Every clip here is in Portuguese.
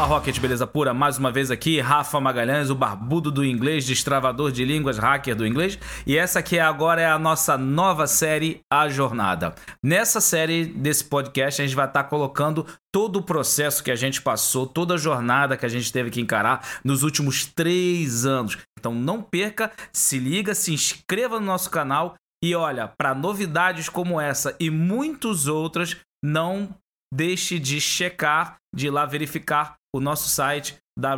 Fala Rocket, beleza pura? Mais uma vez aqui, Rafa Magalhães, o barbudo do inglês, destravador de línguas, hacker do inglês. E essa aqui agora é a nossa nova série, A Jornada. Nessa série desse podcast, a gente vai estar colocando todo o processo que a gente passou, toda a jornada que a gente teve que encarar nos últimos 3 anos. Então não perca, se liga, se inscreva no nosso canal e olha, para novidades como essa e muitas outras, não deixe de checar, de ir lá verificar o nosso site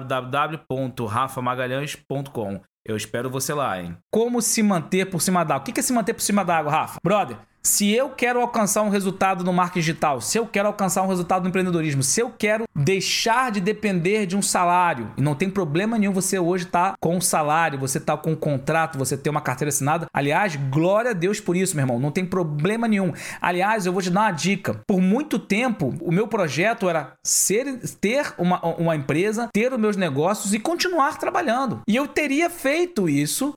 www.rafamagalhães.com. Eu espero você lá, hein? Como se manter por cima d'água? O que é se manter por cima d'água, Rafa? Brother, se eu quero alcançar um resultado no marketing digital, se eu quero alcançar um resultado no empreendedorismo, se eu quero deixar de depender de um salário, e não tem problema nenhum você hoje estar com um salário, você estar com um contrato, você ter uma carteira assinada. Aliás, glória a Deus por isso, meu irmão. Não tem problema nenhum. Aliás, eu vou te dar uma dica. Por muito tempo, o meu projeto era ter uma empresa, ter os meus negócios e continuar trabalhando. E eu teria feito isso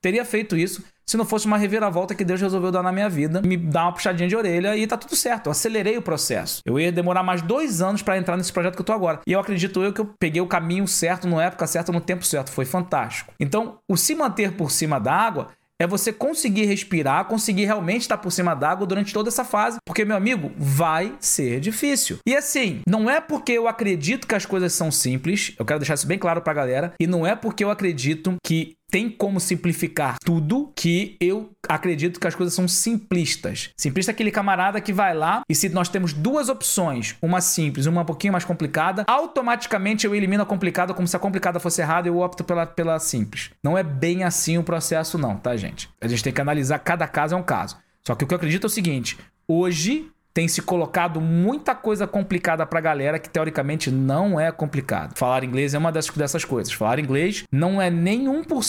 se não fosse uma reviravolta que Deus resolveu dar na minha vida, me dar uma puxadinha de orelha e tá tudo certo. Eu acelerei o processo. Eu ia demorar mais 2 anos para entrar nesse projeto que eu tô agora. E eu acredito que eu peguei o caminho certo, na época certa, no tempo certo. Foi fantástico. Então, o se manter por cima da água é você conseguir respirar, conseguir realmente estar por cima d'água durante toda essa fase, porque, meu amigo, vai ser difícil. E assim, não é porque eu acredito que as coisas são simples, eu quero deixar isso bem claro pra galera, e não é porque eu acredito que tem como simplificar tudo que eu acredito que as coisas são simplistas. Simplista é aquele camarada que vai lá e se nós temos 2 opções, uma simples e uma um pouquinho mais complicada, automaticamente eu elimino a complicada como se a complicada fosse errada e eu opto pela simples. Não é bem assim o processo não, tá, gente? A gente tem que analisar, cada caso é um caso. Só que o que eu acredito é o seguinte, hoje tem se colocado muita coisa complicada pra galera que teoricamente não é complicado. Falar inglês é uma dessas coisas. Falar inglês não é nem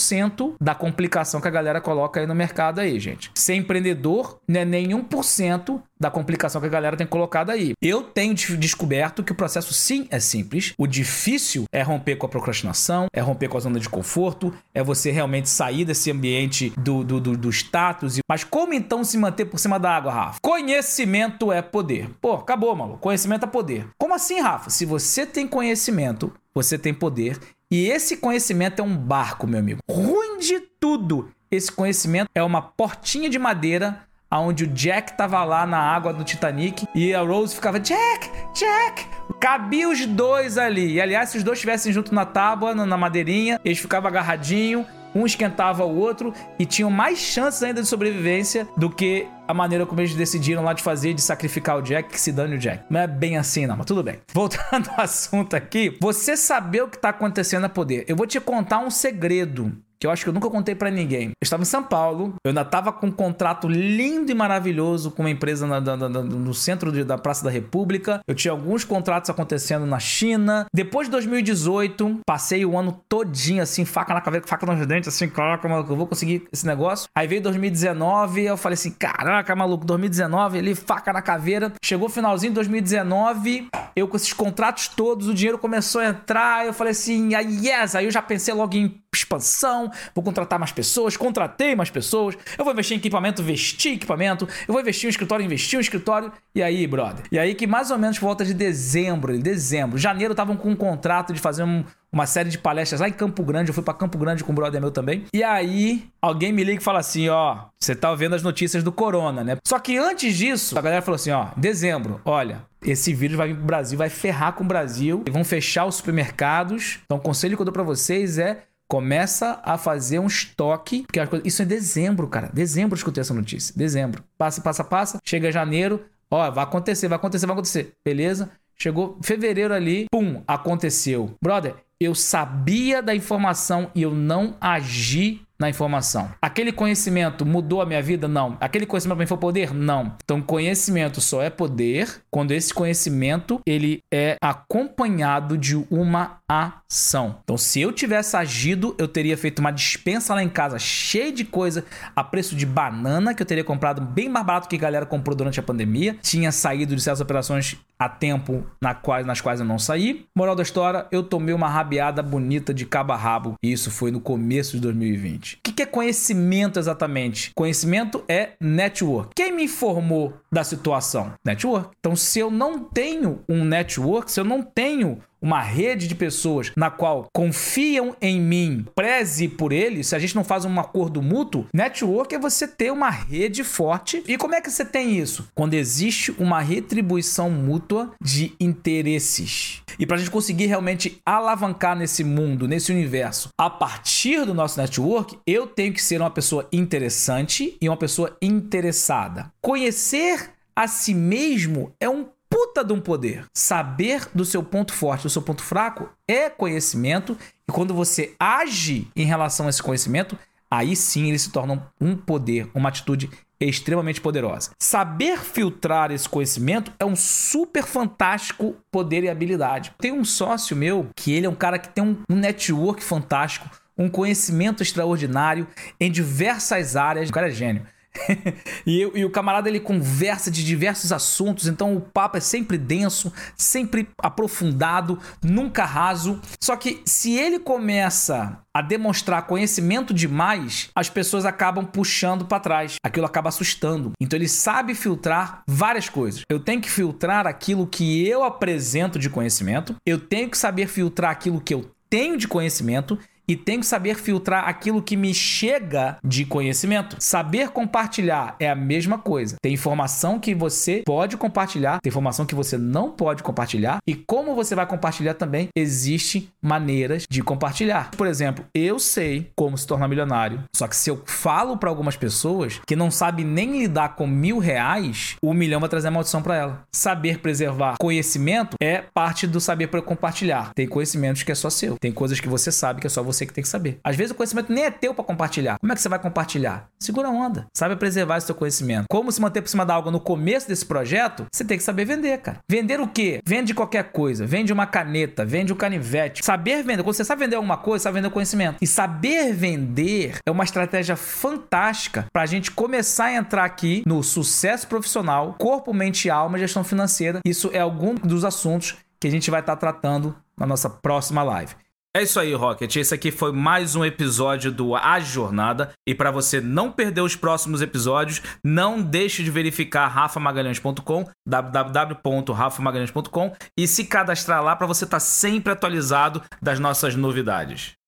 1% da complicação que a galera coloca aí no mercado aí, gente. Ser empreendedor não é nem 1% da complicação que a galera tem colocado aí. Eu tenho descoberto que o processo sim é simples. O difícil é romper com a procrastinação, é romper com a zona de conforto, é você realmente sair desse ambiente do status. Mas como então se manter por cima da água, Rafa? Conhecimento é poder. Pô, acabou, maluco. Conhecimento é poder. Como assim, Rafa? Se você tem conhecimento, você tem poder. E esse conhecimento é um barco, meu amigo. Ruim de tudo. Esse conhecimento é uma portinha de madeira onde o Jack tava lá na água do Titanic e a Rose ficava Jack, Jack. Cabia os 2 ali. E aliás, se os 2 estivessem junto na tábua, na madeirinha, eles ficavam agarradinhos, um esquentava o outro e tinham mais chances ainda de sobrevivência do que a maneira como eles decidiram lá de fazer, de sacrificar o Jack, que se dane o Jack. Não é bem assim não, mas tudo bem. Voltando ao assunto aqui, você saber o que tá acontecendo é poder. Eu vou te contar um segredo que eu acho que eu nunca contei pra ninguém. Eu estava em São Paulo, eu ainda estava com um contrato lindo e maravilhoso com uma empresa no centro da Praça da República. Eu tinha alguns contratos acontecendo na China. Depois de 2018, passei o ano todinho assim, faca na caveira, faca nos dentes, assim, caraca, maluco, eu vou conseguir esse negócio. Aí veio 2019, eu falei assim, caraca, maluco, 2019, ali, faca na caveira. Chegou o finalzinho de 2019, eu com esses contratos todos, o dinheiro começou a entrar, eu falei assim, yes! Aí eu já pensei logo em expansão, vou contratar mais pessoas, contratei mais pessoas, eu vou investir em equipamento, investi em equipamento, eu vou investir em escritório, investi em escritório, e aí, brother? E aí que mais ou menos por volta de dezembro, janeiro, estavam com um contrato de fazer uma série de palestras lá em Campo Grande, eu fui pra Campo Grande com um brother meu também, e aí alguém me liga e fala assim, ó, você tá vendo as notícias do corona, né? Só que antes disso, a galera falou assim, ó, dezembro, olha, esse vírus vai vir pro Brasil, vai ferrar com o Brasil, e vão fechar os supermercados, então o conselho que eu dou pra vocês é começa a fazer um estoque, porque isso é dezembro, cara. Dezembro eu escutei essa notícia. Dezembro. Passa. Chega janeiro. Ó, vai acontecer. Beleza? Chegou fevereiro ali. Pum, aconteceu. Brother, eu sabia da informação e eu não agi na informação. Aquele conhecimento mudou a minha vida? Não. Aquele conhecimento para mim foi poder? Não. Então, conhecimento só é poder quando esse conhecimento ele é acompanhado de uma ação. Então, se eu tivesse agido, eu teria feito uma despensa lá em casa cheia de coisa a preço de banana, que eu teria comprado bem mais barato que a galera comprou durante a pandemia. Tinha saído de certas operações a tempo nas quais eu não saí. Moral da história, eu tomei uma rabiada bonita de cabo a rabo. E isso foi no começo de 2020. O que é conhecimento exatamente? Conhecimento é network. Quem me informou da situação? Network. Então, se eu não tenho um network, se eu não tenho uma rede de pessoas na qual confiam em mim, preze por eles, se a gente não faz um acordo mútuo, network é você ter uma rede forte. E como é que você tem isso? Quando existe uma retribuição mútua de interesses. E para a gente conseguir realmente alavancar nesse mundo, nesse universo, a partir do nosso network, eu tenho que ser uma pessoa interessante e uma pessoa interessada. Conhecer a si mesmo é um puta de um poder. Saber do seu ponto forte, do seu ponto fraco é conhecimento, e quando você age em relação a esse conhecimento, aí sim ele se torna um poder, uma atitude extremamente poderosa. Saber filtrar esse conhecimento é um super fantástico poder e habilidade. Tem um sócio meu que ele é um cara que tem um network fantástico, um conhecimento extraordinário em diversas áreas. O cara é gênio. e o camarada ele conversa de diversos assuntos, então o papo é sempre denso, sempre aprofundado, nunca raso. Só que se ele começa a demonstrar conhecimento demais, as pessoas acabam puxando para trás, aquilo acaba assustando. Então ele sabe filtrar várias coisas. Eu tenho que filtrar aquilo que eu apresento de conhecimento, eu tenho que saber filtrar aquilo que eu tenho de conhecimento, e tenho que saber filtrar aquilo que me chega de conhecimento. Saber compartilhar é a mesma coisa. Tem informação que você pode compartilhar, tem informação que você não pode compartilhar, e como você vai compartilhar também, existem maneiras de compartilhar. Por exemplo, eu sei como se tornar milionário, só que se eu falo para algumas pessoas que não sabem nem lidar com R$1.000, o 1 milhão vai trazer maldição para ela. Saber preservar conhecimento é parte do saber para compartilhar. Tem conhecimentos que é só seu, tem coisas que você sabe que é só você que tem que saber. Às vezes o conhecimento nem é teu para compartilhar. Como é que você vai compartilhar? Segura a onda. Sabe preservar esse seu conhecimento. Como se manter por cima da água no começo desse projeto? Você tem que saber vender, cara. Vender o quê? Vende qualquer coisa. Vende uma caneta, vende um canivete. Saber vender. Quando você sabe vender alguma coisa, sabe vender o conhecimento. E saber vender é uma estratégia fantástica para a gente começar a entrar aqui no sucesso profissional, corpo, mente e alma, gestão financeira. Isso é algum dos assuntos que a gente vai estar tratando na nossa próxima live. É isso aí, Rocket. Esse aqui foi mais um episódio do A Jornada. E para você não perder os próximos episódios, não deixe de verificar rafamagalhães.com, www.rafamagalhães.com, e se cadastrar lá para você estar sempre atualizado das nossas novidades.